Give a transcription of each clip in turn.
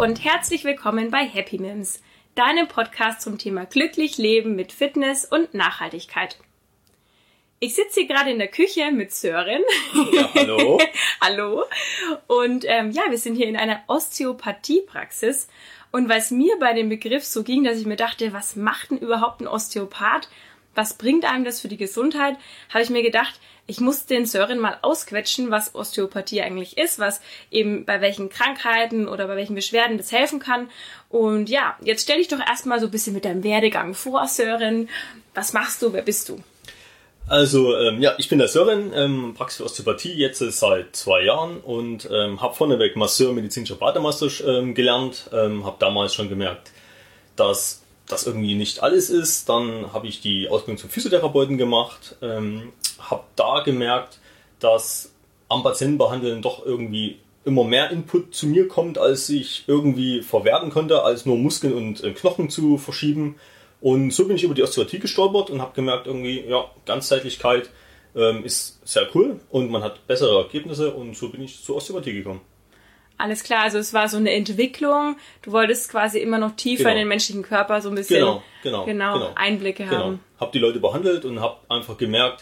und herzlich willkommen bei Happy Mims, deinem Podcast zum Thema glücklich leben mit Fitness und Nachhaltigkeit. Ich sitze hier gerade in der Küche mit Sören. Ja, hallo. Hallo. Und wir sind hier in einer Osteopathiepraxis. Und weil es mir bei dem Begriff so ging, dass ich mir dachte, was macht denn überhaupt ein Osteopath? Was bringt einem das für die Gesundheit? Habe ich mir gedacht, ich muss den Sören mal ausquetschen, was Osteopathie eigentlich ist, was eben bei welchen Krankheiten oder bei welchen Beschwerden das helfen kann. Und ja, jetzt stell dich doch erstmal so ein bisschen mit deinem Werdegang vor, Sören. Was machst du? Wer bist du? Also, ich bin der Sören, Praxis für Osteopathie jetzt seit 2 Jahren und habe vorneweg Masseur, medizinischer Bademeister gelernt. Habe damals schon gemerkt, dass das irgendwie nicht alles ist. Dann habe ich die Ausbildung zum Physiotherapeuten gemacht. Habe da gemerkt, dass am Patientenbehandeln doch irgendwie immer mehr Input zu mir kommt, als ich irgendwie verwerten konnte, als nur Muskeln und Knochen zu verschieben. Und so bin ich über die Osteopathie gestolpert und habe gemerkt, irgendwie, ja, Ganzheitlichkeit ist sehr cool und man hat bessere Ergebnisse und so bin ich zur Osteopathie gekommen. Alles klar, also es war so eine Entwicklung. Du wolltest quasi immer noch tiefer in den menschlichen Körper so ein bisschen genau. Einblicke haben. Habe die Leute behandelt und habe einfach gemerkt,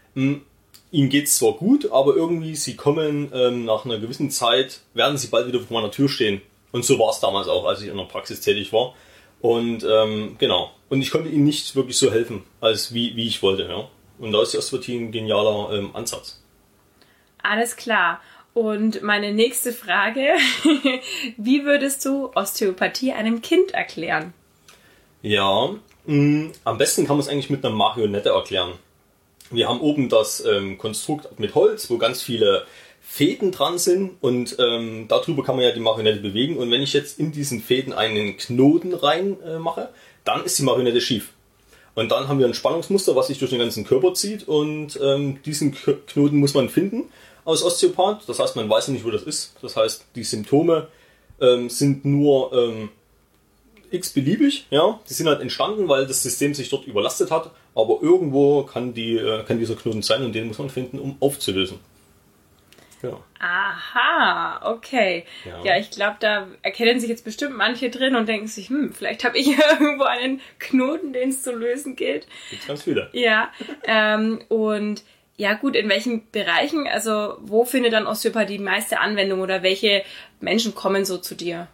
ihnen geht es zwar gut, aber irgendwie sie kommen nach einer gewissen Zeit, werden sie bald wieder vor meiner Tür stehen. Und so war es damals auch, als ich in der Praxis tätig war. Und und ich konnte ihnen nicht wirklich so helfen, als wie ich wollte. Ja. Und da ist die Osteopathie ein genialer Ansatz. Alles klar. Und meine nächste Frage, wie würdest du Osteopathie einem Kind erklären? Ja, am besten kann man es eigentlich mit einer Marionette erklären. Wir haben oben das Konstrukt mit Holz, wo ganz viele Fäden dran sind und darüber kann man ja die Marionette bewegen. Und wenn ich jetzt in diesen Fäden einen Knoten rein mache, dann ist die Marionette schief. Und dann haben wir ein Spannungsmuster, was sich durch den ganzen Körper zieht und diesen Knoten muss man finden als Osteopath. Das heißt, man weiß ja nicht, wo das ist. Das heißt, die Symptome sind nur x-beliebig. Ja? Die sind halt entstanden, weil das System sich dort überlastet hat. Aber irgendwo kann dieser Knoten sein und den muss man finden, um aufzulösen. Ja. Aha, okay. Ja, ich glaube, da erkennen sich jetzt bestimmt manche drin und denken sich, vielleicht habe ich irgendwo einen Knoten, den es zu lösen gilt. Gibt's ganz viele. Ja, und ja gut, in welchen Bereichen, also wo findet dann Osteopathie die meiste Anwendung oder welche Menschen kommen so zu dir?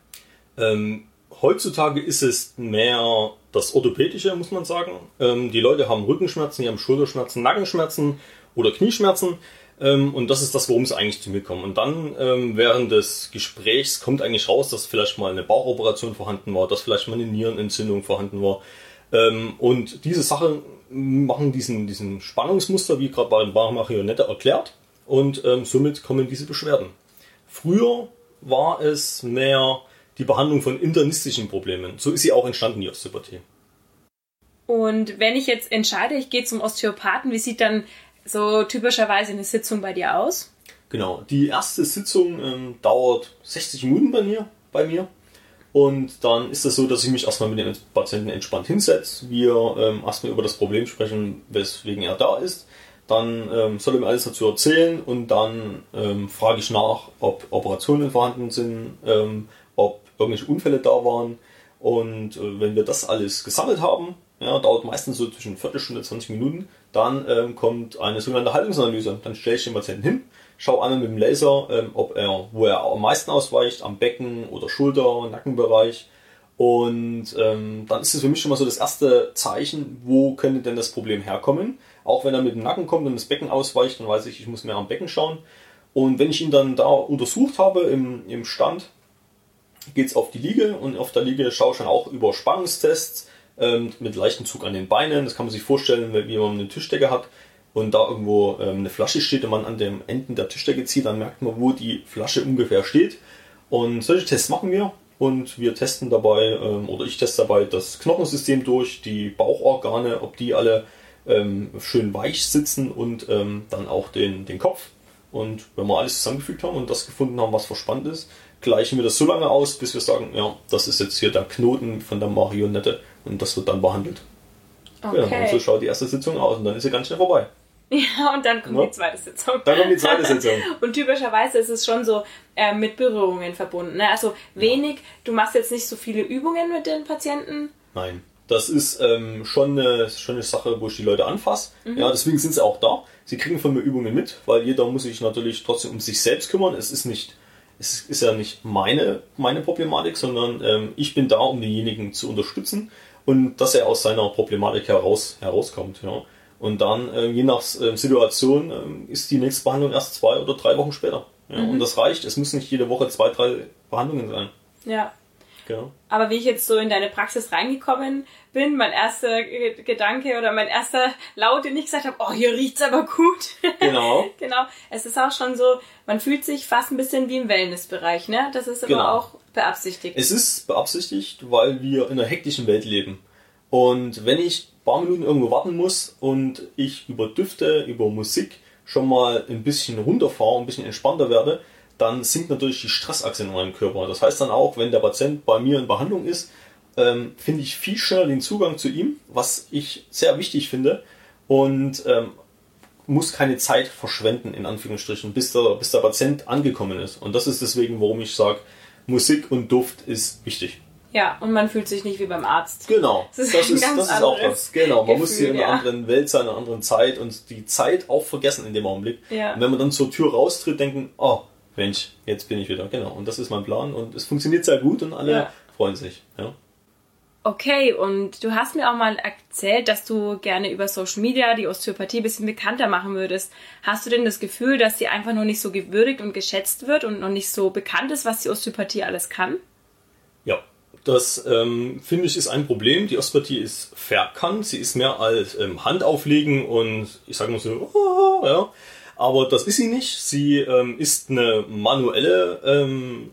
Heutzutage ist es mehr das Orthopädische, muss man sagen. Die Leute haben Rückenschmerzen, die haben Schulterschmerzen, Nackenschmerzen oder Knieschmerzen. Und das ist das, worum es eigentlich zu mir kommt. Und dann während des Gesprächs kommt eigentlich raus, dass vielleicht mal eine Bauchoperation vorhanden war, dass vielleicht mal eine Nierenentzündung vorhanden war. Und diese Sachen machen diesen Spannungsmuster, wie gerade bei der Marionette erklärt. Und somit kommen diese Beschwerden. Früher war es mehr die Behandlung von internistischen Problemen. So ist sie auch entstanden, die Osteopathie. Und wenn ich jetzt entscheide, ich gehe zum Osteopathen, wie sieht dann so typischerweise eine Sitzung bei dir aus? Genau, die erste Sitzung dauert 60 Minuten bei mir. Und dann ist es so, dass ich mich erstmal mit dem Patienten entspannt hinsetze. Wir erstmal über das Problem sprechen, weswegen er da ist. Dann soll er mir alles dazu erzählen und dann frage ich nach, ob Operationen vorhanden sind, ob irgendwelche Unfälle da waren. Und wenn wir das alles gesammelt haben, ja, dauert meistens so zwischen Viertelstunde, 20 Minuten, dann kommt eine sogenannte Haltungsanalyse. Dann stelle ich den Patienten hin, schaue einmal mit dem Laser, wo er am meisten ausweicht, am Becken oder Schulter-, Nackenbereich. Und dann ist es für mich schon mal so das erste Zeichen, wo könnte denn das Problem herkommen. Auch wenn er mit dem Nacken kommt und das Becken ausweicht, dann weiß ich muss mehr am Becken schauen. Und wenn ich ihn dann da untersucht habe im Stand, geht es auf die Liege und auf der Liege schaue ich dann auch über Spannungstests mit leichtem Zug an den Beinen. Das kann man sich vorstellen, wie man eine Tischdecke hat und da irgendwo eine Flasche steht und man an den Enden der Tischdecke zieht, dann merkt man, wo die Flasche ungefähr steht. Und solche Tests machen wir und wir testen dabei, oder ich teste dabei das Knochensystem durch, die Bauchorgane, ob die alle schön weich sitzen und dann auch den Kopf. Und wenn wir alles zusammengefügt haben und das gefunden haben, was verspannt ist, gleichen wir das so lange aus, bis wir sagen, ja, das ist jetzt hier der Knoten von der Marionette und das wird dann behandelt. Okay. Genau, und so schaut die erste Sitzung aus und dann ist sie ganz schnell vorbei. Ja, und dann kommt die zweite Sitzung. Dann kommt die zweite Sitzung. Und typischerweise ist es schon so mit Berührungen verbunden. Ne? Also wenig, du machst jetzt nicht so viele Übungen mit den Patienten. Nein. Das ist schon eine Sache, wo ich die Leute anfasse. Ja, deswegen sind sie auch da. Sie kriegen von mir Übungen mit, weil jeder muss sich natürlich trotzdem um sich selbst kümmern. Es ist ja nicht meine Problematik, sondern ich bin da, um denjenigen zu unterstützen und dass er aus seiner Problematik herauskommt. Ja. Und dann, je nach Situation, ist die nächste Behandlung erst 2 oder 3 Wochen später. Ja. Und das reicht. Es müssen nicht jede Woche 2, 3 Behandlungen sein. Ja. Genau. Aber wie ich jetzt so in deine Praxis reingekommen bin, mein erster Gedanke oder mein erster Laut, den ich gesagt habe, oh, hier riecht's aber gut. Genau. Genau. Es ist auch schon so, man fühlt sich fast ein bisschen wie im Wellnessbereich, ne? Das ist aber Genau. auch beabsichtigt. Es ist beabsichtigt, weil wir in einer hektischen Welt leben. Und wenn ich ein paar Minuten irgendwo warten muss und ich über Düfte, über Musik schon mal ein bisschen runterfahre, ein bisschen entspannter werde, dann sinkt natürlich die Stressachse in meinem Körper. Das heißt dann auch, wenn der Patient bei mir in Behandlung ist, finde ich viel schneller den Zugang zu ihm, was ich sehr wichtig finde, und muss keine Zeit verschwenden, in Anführungsstrichen, bis der Patient angekommen ist. Und das ist deswegen, warum ich sage, Musik und Duft ist wichtig. Ja, und man fühlt sich nicht wie beim Arzt. Genau, das ist auch das. Genau, man muss hier in einer ja. anderen Welt sein, in einer anderen Zeit und die Zeit auch vergessen in dem Augenblick. Ja. Und wenn man dann zur Tür raustritt, denken, oh, Mensch, jetzt bin ich wieder. Genau, und das ist mein Plan und es funktioniert sehr gut und alle freuen sich. Ja. Okay, und du hast mir auch mal erzählt, dass du gerne über Social Media die Osteopathie ein bisschen bekannter machen würdest. Hast du denn das Gefühl, dass sie einfach noch nicht so gewürdigt und geschätzt wird und noch nicht so bekannt ist, was die Osteopathie alles kann? Ja, das finde ich ist ein Problem. Die Osteopathie ist verkannt, sie ist mehr als Hand auflegen und ich sage mal so, ja. Aber das ist sie nicht. Sie ist eine manuelle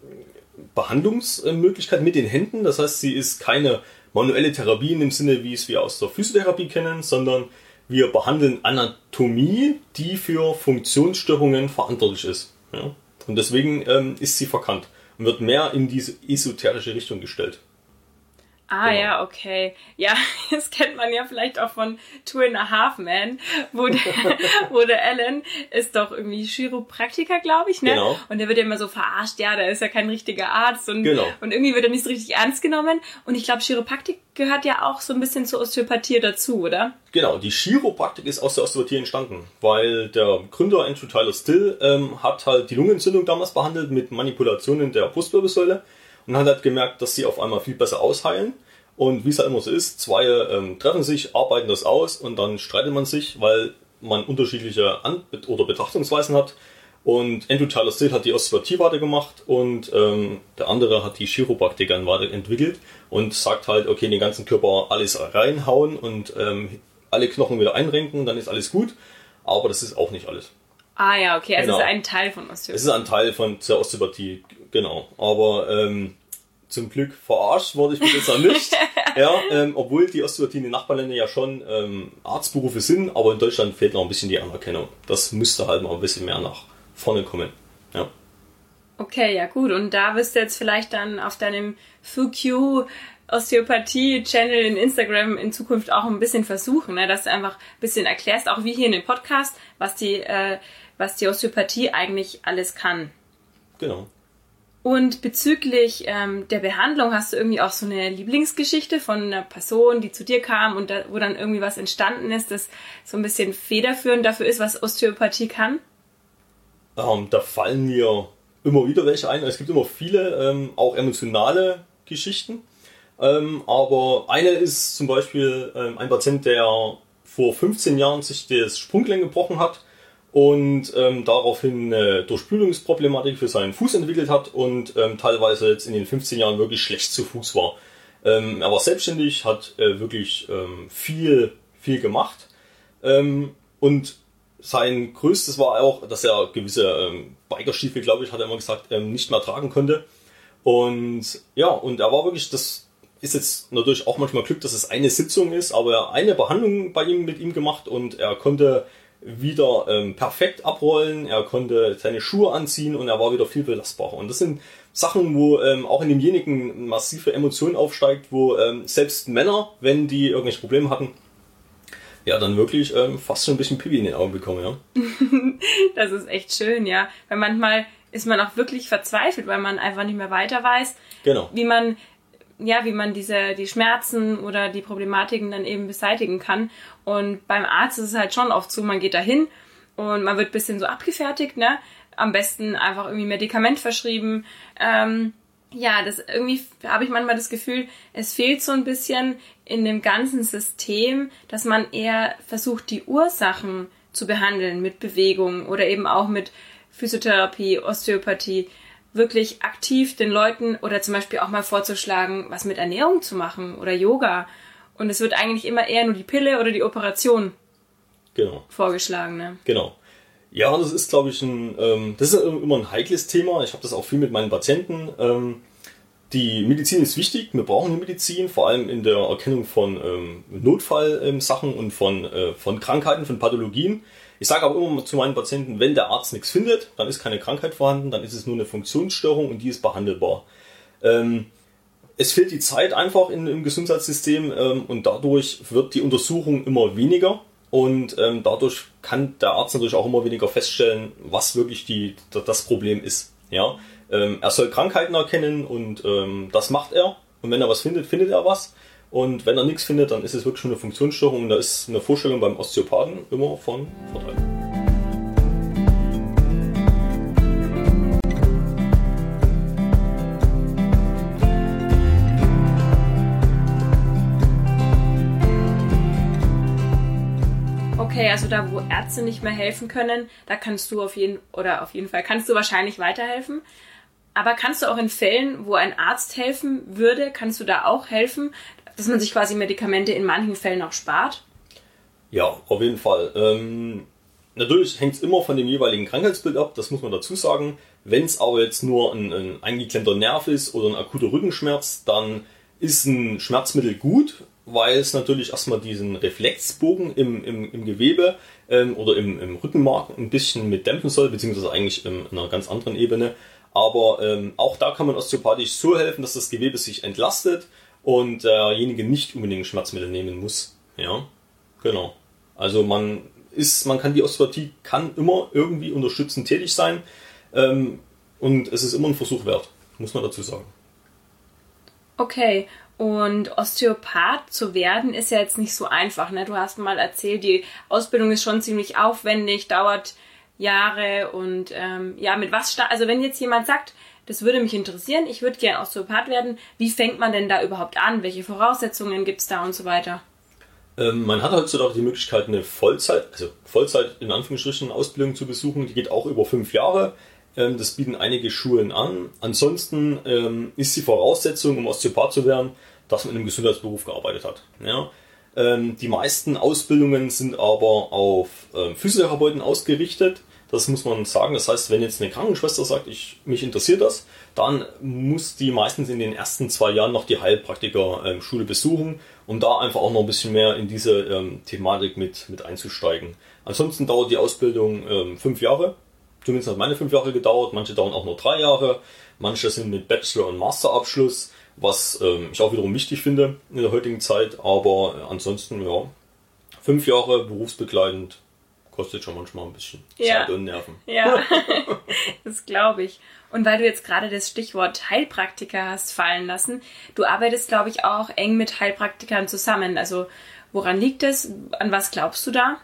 Behandlungsmöglichkeit mit den Händen. Das heißt, sie ist keine manuelle Therapie in dem Sinne, wie es wir aus der Physiotherapie kennen, sondern wir behandeln Anatomie, die für Funktionsstörungen verantwortlich ist. Ja? Und deswegen ist sie verkannt und wird mehr in diese esoterische Richtung gestellt. Ah, genau. Ja, okay. Ja, das kennt man ja vielleicht auch von Two and a Half Men, wo der Alan ist doch irgendwie Chiropraktiker, glaube ich, ne? Genau. Und der wird ja immer so verarscht, ja, der ist ja kein richtiger Arzt und irgendwie wird er nicht so richtig ernst genommen. Und ich glaube, Chiropraktik gehört ja auch so ein bisschen zur Osteopathie dazu, oder? Genau, die Chiropraktik ist aus der Osteopathie entstanden, weil der Gründer Andrew Tyler Still hat halt die Lungenentzündung damals behandelt mit Manipulationen der Brustwirbelsäule. Und hat halt gemerkt, dass sie auf einmal viel besser ausheilen. Und wie es halt immer so ist, zwei treffen sich, arbeiten das aus und dann streitet man sich, weil man unterschiedliche Betrachtungsweisen hat. Und Andrew Tyler Still hat die Osteopathie weitergemacht und der andere hat die Chiropraktik dann weiterentwickelt und sagt halt, okay, in den ganzen Körper alles reinhauen und alle Knochen wieder einrenken, dann ist alles gut. Aber das ist auch nicht alles. Ah ja, okay, also es ist ein Teil von Osteopathie. Es ist ein Teil von der Osteopathie, genau. Aber zum Glück verarscht wurde ich bis jetzt noch nicht. Ja, obwohl die Osteopathie in den Nachbarländern ja schon Arztberufe sind, aber in Deutschland fehlt noch ein bisschen die Anerkennung. Das müsste halt mal ein bisschen mehr nach vorne kommen. Ja. Okay, ja gut. Und da wirst du jetzt vielleicht dann auf deinem FUQ Osteopathie-Channel in Instagram in Zukunft auch ein bisschen versuchen, ne? Dass du einfach ein bisschen erklärst, auch wie hier in dem Podcast, was die Osteopathie eigentlich alles kann. Genau. Und bezüglich der Behandlung hast du irgendwie auch so eine Lieblingsgeschichte von einer Person, die zu dir kam und wo dann irgendwie was entstanden ist, das so ein bisschen federführend dafür ist, was Osteopathie kann? Da fallen mir immer wieder welche ein. Es gibt immer viele, auch emotionale Geschichten. Aber eine ist zum Beispiel ein Patient, der vor 15 Jahren sich das Sprunggelenk gebrochen hat und daraufhin eine Durchblutungsproblematik für seinen Fuß entwickelt hat und teilweise jetzt in den 15 Jahren wirklich schlecht zu Fuß war. Er war selbstständig, hat wirklich viel gemacht und sein größtes war auch, dass er gewisse Bikerstiefel, glaube ich, hat er immer gesagt, nicht mehr tragen konnte. Und ja, und er war wirklich, das ist jetzt natürlich auch manchmal Glück, dass es eine Sitzung ist, aber er hat eine Behandlung mit ihm gemacht und er konnte wieder perfekt abrollen, er konnte seine Schuhe anziehen und er war wieder viel belastbarer. Und das sind Sachen, wo auch in demjenigen massive Emotionen aufsteigt, wo selbst Männer, wenn die irgendwelche Probleme hatten, ja dann wirklich fast schon ein bisschen Pipi in den Augen bekomme, ja. Das ist echt schön, ja. Weil manchmal ist man auch wirklich verzweifelt, weil man einfach nicht mehr weiter weiß, Genau. wie man die Schmerzen oder die Problematiken dann eben beseitigen kann. Und beim Arzt ist es halt schon oft so, man geht da hin und man wird ein bisschen so abgefertigt, ne? Am besten einfach irgendwie Medikament verschrieben. Das irgendwie habe ich manchmal das Gefühl, es fehlt so ein bisschen in dem ganzen System, dass man eher versucht, die Ursachen zu behandeln mit Bewegung oder eben auch mit Physiotherapie, Osteopathie, wirklich aktiv den Leuten oder zum Beispiel auch mal vorzuschlagen, was mit Ernährung zu machen oder Yoga. Und es wird eigentlich immer eher nur die Pille oder die Operation vorgeschlagen. Ne? Genau. Ja, das ist, glaube ich, das ist immer ein heikles Thema. Ich habe das auch viel mit meinen Patienten. Die Medizin ist wichtig, wir brauchen die Medizin, vor allem in der Erkennung von Notfallsachen und von Krankheiten, von Pathologien. Ich sage aber immer zu meinen Patienten, wenn der Arzt nichts findet, dann ist keine Krankheit vorhanden, dann ist es nur eine Funktionsstörung und die ist behandelbar. Es fehlt die Zeit einfach im Gesundheitssystem und dadurch wird die Untersuchung immer weniger und dadurch kann der Arzt natürlich auch immer weniger feststellen, was wirklich das Problem ist. Ja? Er soll Krankheiten erkennen und das macht er und wenn er was findet, findet er was. Und wenn er nichts findet, dann ist es wirklich schon eine Funktionsstörung und da ist eine Vorstellung beim Osteopathen immer von Vorteil. Okay, also da, wo Ärzte nicht mehr helfen können, da kannst du auf jeden Fall kannst du wahrscheinlich weiterhelfen. Aber kannst du auch in Fällen, wo ein Arzt helfen würde, kannst du da auch helfen, dass man sich quasi Medikamente in manchen Fällen auch spart? Ja, auf jeden Fall. Natürlich hängt es immer von dem jeweiligen Krankheitsbild ab, das muss man dazu sagen. Wenn es aber jetzt nur ein eingeklemmter Nerv ist oder ein akuter Rückenschmerz, dann ist ein Schmerzmittel gut, weil es natürlich erstmal diesen Reflexbogen im Gewebe oder im Rückenmark ein bisschen mit dämpfen soll, beziehungsweise eigentlich in einer ganz anderen Ebene. Aber auch da kann man osteopathisch so helfen, dass das Gewebe sich entlastet und derjenige nicht unbedingt Schmerzmittel nehmen muss. Ja, genau. Also man kann die Osteopathie kann immer irgendwie unterstützend tätig sein und es ist immer ein Versuch wert, muss man dazu sagen. Okay, und Osteopath zu werden ist ja jetzt nicht so einfach, ne? Du hast mal erzählt, die Ausbildung ist schon ziemlich aufwendig, dauert Jahre und also wenn jetzt jemand sagt, das würde mich interessieren, ich würde gerne Osteopath werden, wie fängt man denn da überhaupt an? Welche Voraussetzungen gibt es da und so weiter? Man hat heutzutage die Möglichkeit, eine Vollzeit in Anführungsstrichen Ausbildung zu besuchen, die geht auch über 5 Jahre. Das bieten einige Schulen an. Ansonsten ist die Voraussetzung, um Osteopath zu werden, dass man in einem Gesundheitsberuf gearbeitet hat. Ja? Die meisten Ausbildungen sind aber auf Physiotherapeuten ausgerichtet. Das muss man sagen. Das heißt, wenn jetzt eine Krankenschwester sagt, mich interessiert das, dann muss die meistens in den ersten 2 Jahren noch die Heilpraktiker-Schule besuchen, um da einfach auch noch ein bisschen mehr in diese Thematik mit einzusteigen. Ansonsten dauert die Ausbildung 5 Jahre. Zumindest hat meine 5 Jahre gedauert. Manche dauern auch nur 3 Jahre. Manche sind mit Bachelor- und Masterabschluss, was ich auch wiederum wichtig finde in der heutigen Zeit. Aber ansonsten, 5 Jahre berufsbegleitend kostet schon manchmal ein bisschen Zeit und Nerven. Ja, das glaube ich. Und weil du jetzt gerade das Stichwort Heilpraktiker hast fallen lassen, du arbeitest, glaube ich, auch eng mit Heilpraktikern zusammen. Also woran liegt es? An was glaubst du da?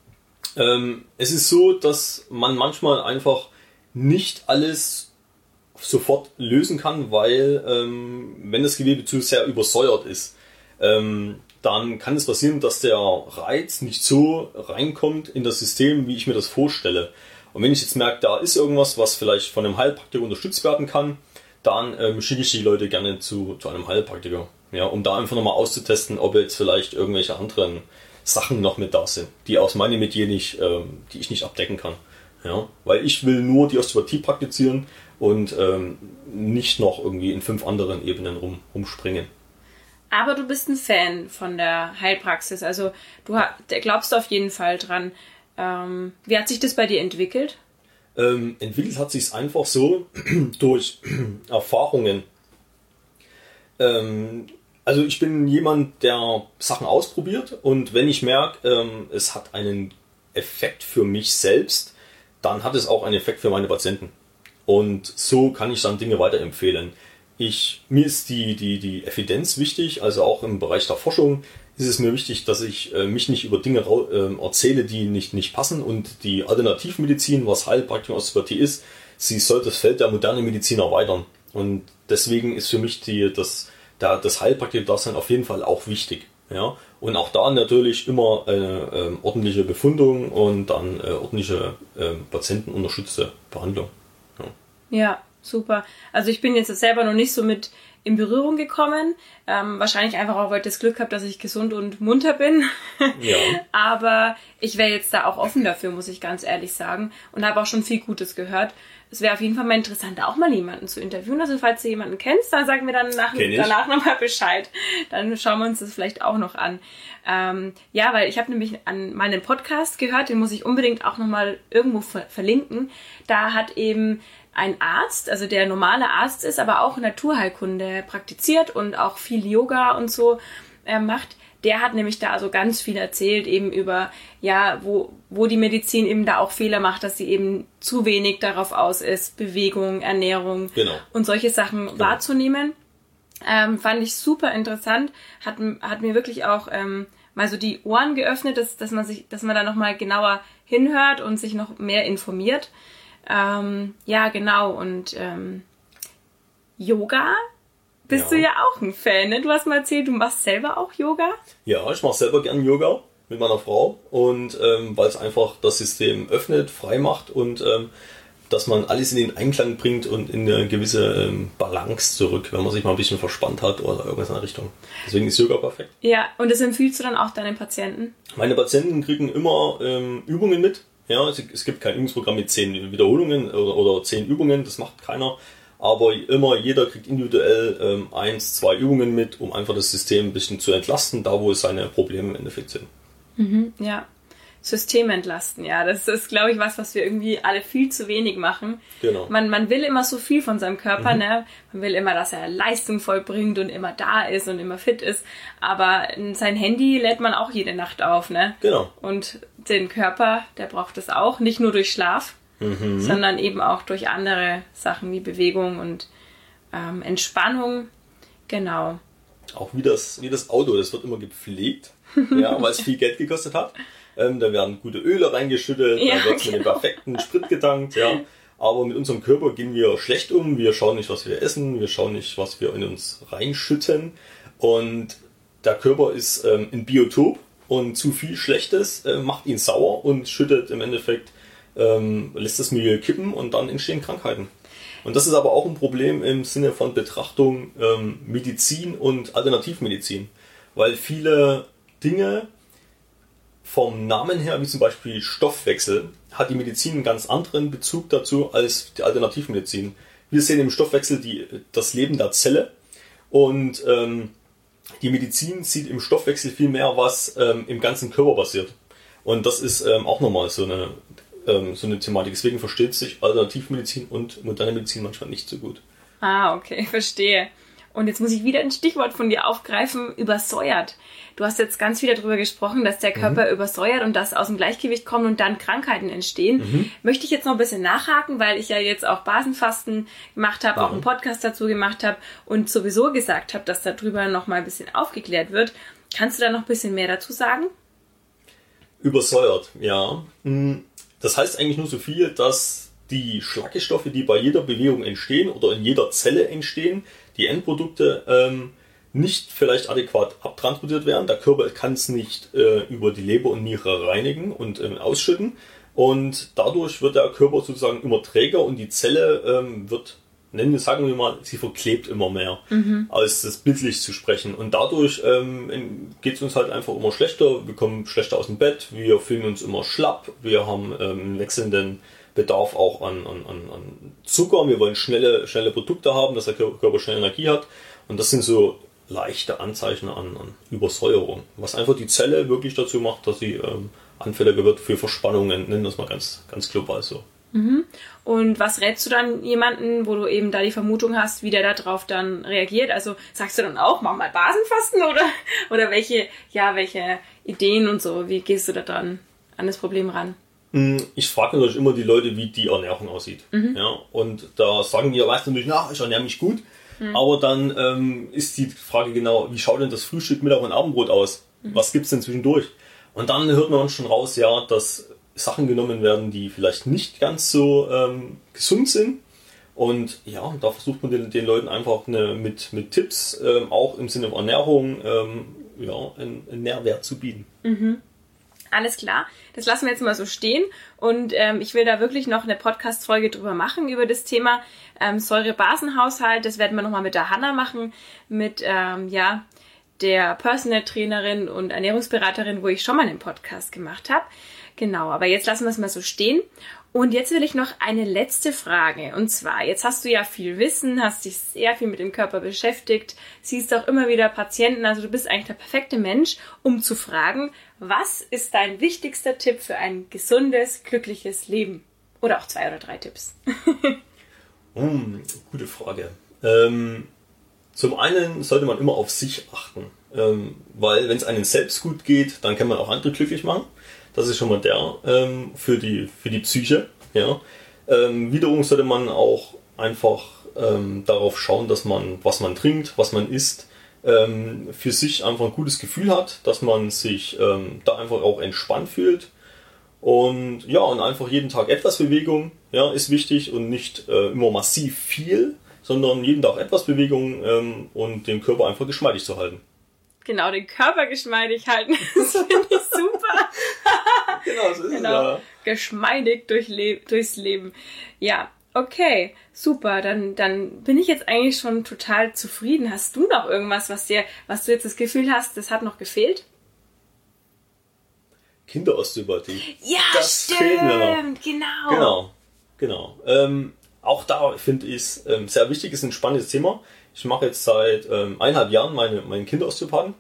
Es ist so, dass man manchmal einfach nicht alles sofort lösen kann, weil wenn das Gewebe zu sehr übersäuert ist, dann kann es passieren, dass der Reiz nicht so reinkommt in das System, wie ich mir das vorstelle. Und wenn ich jetzt merke, da ist irgendwas, was vielleicht von einem Heilpraktiker unterstützt werden kann, dann schicke ich die Leute gerne zu einem Heilpraktiker, ja, um da einfach nochmal auszutesten, ob jetzt vielleicht irgendwelche anderen Sachen noch mit da sind, die aus meinem Metier nicht, die ich nicht abdecken kann. Ja, weil ich will nur die Osteopathie praktizieren und nicht noch irgendwie in 5 anderen Ebenen rumspringen. Aber du bist ein Fan von der Heilpraxis, also du glaubst auf jeden Fall dran. Wie hat sich das bei dir entwickelt? Entwickelt hat sich es einfach so durch Erfahrungen. Also ich bin jemand, der Sachen ausprobiert und wenn ich merke, es hat einen Effekt für mich selbst, dann hat es auch einen Effekt für meine Patienten. Und so kann ich dann Dinge weiterempfehlen. Mir ist die Evidenz wichtig, also auch im Bereich der Forschung ist es mir wichtig, dass ich mich nicht über Dinge erzähle, die nicht passen. Und die Alternativmedizin, was Heilpraktik und Osteopathie ist, sie soll das Feld der modernen Medizin erweitern. Und deswegen ist für mich das Heilpraktiker-Dasein auf jeden Fall auch wichtig. Ja? Und auch da natürlich immer eine ordentliche Befundung und dann ordentliche patientenunterstützte Behandlung. Ja, super. Also ich bin jetzt selber noch nicht so mit in Berührung gekommen. Wahrscheinlich einfach auch, weil ich das Glück habe, dass ich gesund und munter bin. Ja. Aber ich wäre jetzt da auch offen dafür, muss ich ganz ehrlich sagen. Und habe auch schon viel Gutes gehört. Es wäre auf jeden Fall mal interessant, auch mal jemanden zu interviewen. Also falls du jemanden kennst, dann sag mir dann danach nochmal Bescheid. Dann schauen wir uns das vielleicht auch noch an. Ja, weil ich habe nämlich an meinen Podcast gehört, den muss ich unbedingt auch nochmal irgendwo verlinken. Da hat eben ein Arzt, also der normale Arzt ist, aber auch Naturheilkunde praktiziert und auch viel Yoga und so macht. Der hat nämlich da also ganz viel erzählt, eben über, ja, wo die Medizin eben da auch Fehler macht, dass sie eben zu wenig darauf aus ist, Bewegung, Ernährung und solche Sachen wahrzunehmen. Fand ich super interessant, hat mir wirklich auch mal so die Ohren geöffnet, dass man da nochmal genauer hinhört und sich noch mehr informiert. Ja, genau. Und Yoga bist du ja auch ein Fan, ne? Du hast mal erzählt, du machst selber auch Yoga? Ja, ich mache selber gern Yoga mit meiner Frau und weil es einfach das System öffnet, frei macht und dass man alles in den Einklang bringt und in eine gewisse Balance zurück, wenn man sich mal ein bisschen verspannt hat oder irgendwas in der Richtung. Deswegen ist Yoga perfekt. Ja, und das empfiehlst du dann auch deinen Patienten? Meine Patienten kriegen immer Übungen mit. Ja, es gibt kein Übungsprogramm mit 10 Wiederholungen oder 10 Übungen, das macht keiner. Aber jeder kriegt individuell 1, 2 Übungen mit, um einfach das System ein bisschen zu entlasten, da wo es seine Probleme im Endeffekt sind. Mhm, ja, System entlasten, ja, das ist, glaube ich, was wir irgendwie alle viel zu wenig machen. Genau. Man will immer so viel von seinem Körper, ne? Man will immer, dass er Leistung vollbringt und immer da ist und immer fit ist. Aber sein Handy lädt man auch jede Nacht auf, ne? Genau. Und den Körper, der braucht es auch, nicht nur durch Schlaf, sondern eben auch durch andere Sachen wie Bewegung und Entspannung. Genau. Auch wie das Auto, das wird immer gepflegt, ja, weil es viel Geld gekostet hat. Da werden gute Öle reingeschüttet, ja, da wird mit dem perfekten Sprit getankt, ja. Aber mit unserem Körper gehen wir schlecht um, wir schauen nicht, was wir essen, wir schauen nicht, was wir in uns reinschütten. Und der Körper ist ein Biotop und zu viel Schlechtes macht ihn sauer und schüttet im Endeffekt, lässt das Milieu kippen und dann entstehen Krankheiten. Und das ist aber auch ein Problem im Sinne von Betrachtung Medizin und Alternativmedizin, weil viele Dinge vom Namen her, wie zum Beispiel Stoffwechsel, hat die Medizin einen ganz anderen Bezug dazu als die Alternativmedizin. Wir sehen im Stoffwechsel das Leben der Zelle und die Medizin sieht im Stoffwechsel viel mehr, was im ganzen Körper passiert. Und das ist auch nochmal so eine Thematik. Deswegen versteht sich Alternativmedizin und moderne Medizin manchmal nicht so gut. Ah, okay, verstehe. Und jetzt muss ich wieder ein Stichwort von dir aufgreifen, übersäuert. Du hast jetzt ganz viel darüber gesprochen, dass der Körper übersäuert und dass aus dem Gleichgewicht kommt und dann Krankheiten entstehen. Möchte ich jetzt noch ein bisschen nachhaken, weil ich ja jetzt auch Basenfasten gemacht habe, auch einen Podcast dazu gemacht habe und sowieso gesagt habe, dass darüber noch mal ein bisschen aufgeklärt wird. Kannst du da noch ein bisschen mehr dazu sagen? Übersäuert, ja. Das heißt eigentlich nur so viel, dass die Schlackestoffe, die bei jeder Bewegung entstehen oder in jeder Zelle entstehen, die Endprodukte nicht vielleicht adäquat abtransportiert werden. Der Körper kann es nicht über die Leber und Niere reinigen und ausschütten. Und dadurch wird der Körper sozusagen immer träger und die Zelle sagen wir mal, sie verklebt immer mehr, als das bildlich zu sprechen. Und dadurch geht es uns halt einfach immer schlechter. Wir kommen schlechter aus dem Bett, wir fühlen uns immer schlapp, wir haben einen wechselnden Bedarf auch an Zucker. Wir wollen schnelle Produkte haben, dass der Körper schnell Energie hat. Und das sind so leichte Anzeichen an Übersäuerung, was einfach die Zelle wirklich dazu macht, dass sie anfälliger wird für Verspannungen, nennen wir das mal ganz, ganz global so. Und was rätst du dann jemanden, wo du eben da die Vermutung hast, wie der da drauf dann reagiert? Also sagst du dann auch, mach mal Basenfasten oder welche Ideen und so, wie gehst du da dann an das Problem ran? Ich frage natürlich immer die Leute, wie die Ernährung aussieht. Ja, und da sagen die meisten natürlich, ich ernähre mich gut. Aber dann ist die Frage genau, wie schaut denn das Frühstück, Mittag und Abendbrot aus? Was gibt's denn zwischendurch? Und dann hört man schon raus, ja, dass Sachen genommen werden, die vielleicht nicht ganz so gesund sind. Und ja, da versucht man den Leuten einfach mit Tipps, auch im Sinne von Ernährung, einen Nährwert zu bieten. Alles klar, das lassen wir jetzt mal so stehen und ich will da wirklich noch eine Podcast-Folge drüber machen, über das Thema Säure-Basen-Haushalt. Das werden wir nochmal mit der Hanna machen, mit der Personal-Trainerin und Ernährungsberaterin, wo ich schon mal einen Podcast gemacht habe. Genau, aber jetzt lassen wir es mal so stehen. Und jetzt will ich noch eine letzte Frage. Und zwar, jetzt hast du ja viel Wissen, hast dich sehr viel mit dem Körper beschäftigt, siehst auch immer wieder Patienten, also du bist eigentlich der perfekte Mensch, um zu fragen, was ist dein wichtigster Tipp für ein gesundes, glückliches Leben? Oder auch 2 oder 3 Tipps. Gute Frage. Zum einen sollte man immer auf sich achten, weil wenn es einem selbst gut geht, dann kann man auch andere glücklich machen. Das ist schon mal für die Psyche. Ja. Wiederum sollte man auch einfach darauf schauen, dass man, was man trinkt, was man isst, für sich einfach ein gutes Gefühl hat, dass man sich da einfach auch entspannt fühlt. Und einfach jeden Tag etwas Bewegung ist wichtig und nicht immer massiv viel, sondern jeden Tag etwas Bewegung und den Körper einfach geschmeidig zu halten. Genau, den Körper geschmeidig halten, das finde ich super. Genau, so ist es ja. Geschmeidig durchs Leben. Ja, okay, super. Dann bin ich jetzt eigentlich schon total zufrieden. Hast du noch irgendwas, was du jetzt das Gefühl hast, das hat noch gefehlt? Kinderosteopathie. Ja, das stimmt, fehlt mir noch. Genau. Auch da finde ich es sehr wichtig, ist ein spannendes Thema. Ich mache jetzt seit 1,5 Jahren meinen Kinderosteopathen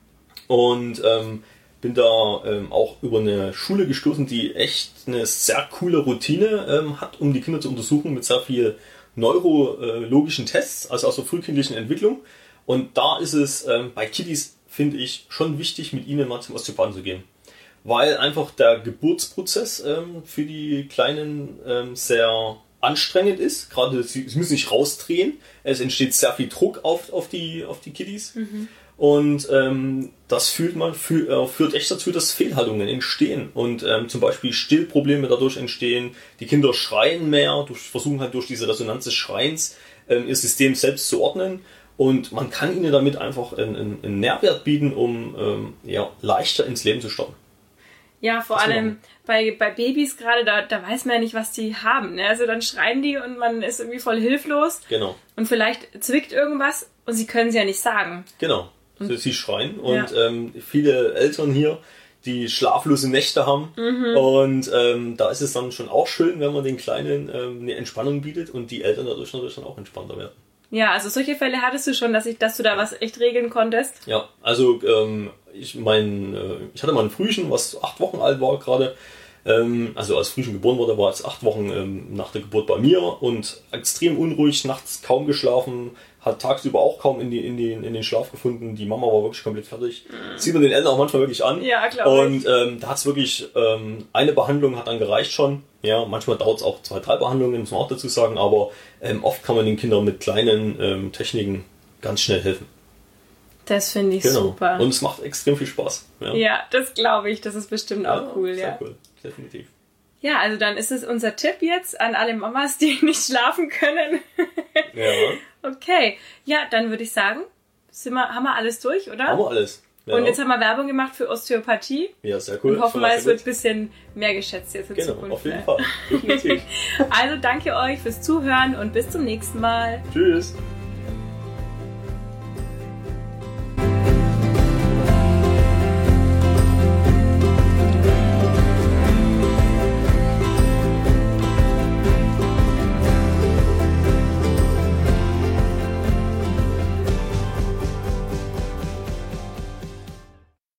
und bin da auch über eine Schule gestoßen, die echt eine sehr coole Routine hat, um die Kinder zu untersuchen mit sehr viel neurologischen Tests, also aus der frühkindlichen Entwicklung. Und da ist es bei Kiddies, finde ich, schon wichtig, mit ihnen mal zum Osteopathen zu gehen. Weil einfach der Geburtsprozess für die Kleinen sehr anstrengend ist. Gerade sie müssen sich rausdrehen. Es entsteht sehr viel Druck auf die Kiddies. Und das führt echt dazu, dass Fehlhaltungen entstehen. Und zum Beispiel Stillprobleme dadurch entstehen. Die Kinder schreien mehr, versuchen halt durch diese Resonanz des Schreins ihr System selbst zu ordnen. Und man kann ihnen damit einfach einen Nährwert bieten, um leichter ins Leben zu starten. Ja, vor allem bei Babys gerade, da weiß man ja nicht, was die haben. Ne? Also dann schreien die und man ist irgendwie voll hilflos. Genau. Und vielleicht zwickt irgendwas und sie können es ja nicht sagen. Genau. Sie schreien und viele Eltern hier, die schlaflose Nächte haben. Und da ist es dann schon auch schön, wenn man den Kleinen eine Entspannung bietet und die Eltern dadurch natürlich dann auch entspannter werden. Ja, also solche Fälle hattest du schon, dass du da was echt regeln konntest? Ja, also ich hatte mal ein Frühchen, was 8 Wochen alt war gerade. Also als Frühchen geboren wurde, war es 8 Wochen nach der Geburt bei mir und extrem unruhig, nachts kaum geschlafen, hat tagsüber auch kaum in den Schlaf gefunden. Die Mama war wirklich komplett fertig. Sieht man den Eltern auch manchmal wirklich an. Ja, klar. Und da hat es wirklich, eine Behandlung hat dann gereicht schon. Ja, manchmal dauert es auch 2, 3 Behandlungen, muss man auch dazu sagen, aber oft kann man den Kindern mit kleinen Techniken ganz schnell helfen. Das finde ich super. Und es macht extrem viel Spaß. Ja, das glaube ich. Das ist bestimmt auch cool. Sehr cool, definitiv. Ja, also dann ist es unser Tipp jetzt an alle Mamas, die nicht schlafen können. Ja. Okay, ja, dann würde ich sagen, haben wir alles durch, oder? Haben wir alles. Ja. Und jetzt haben wir Werbung gemacht für Osteopathie. Ja, sehr cool. Und hoffen mal, es wird ein bisschen mehr geschätzt jetzt in Zukunft. Genau, auf jeden Fall. Definitiv. Also danke euch fürs Zuhören und bis zum nächsten Mal. Tschüss.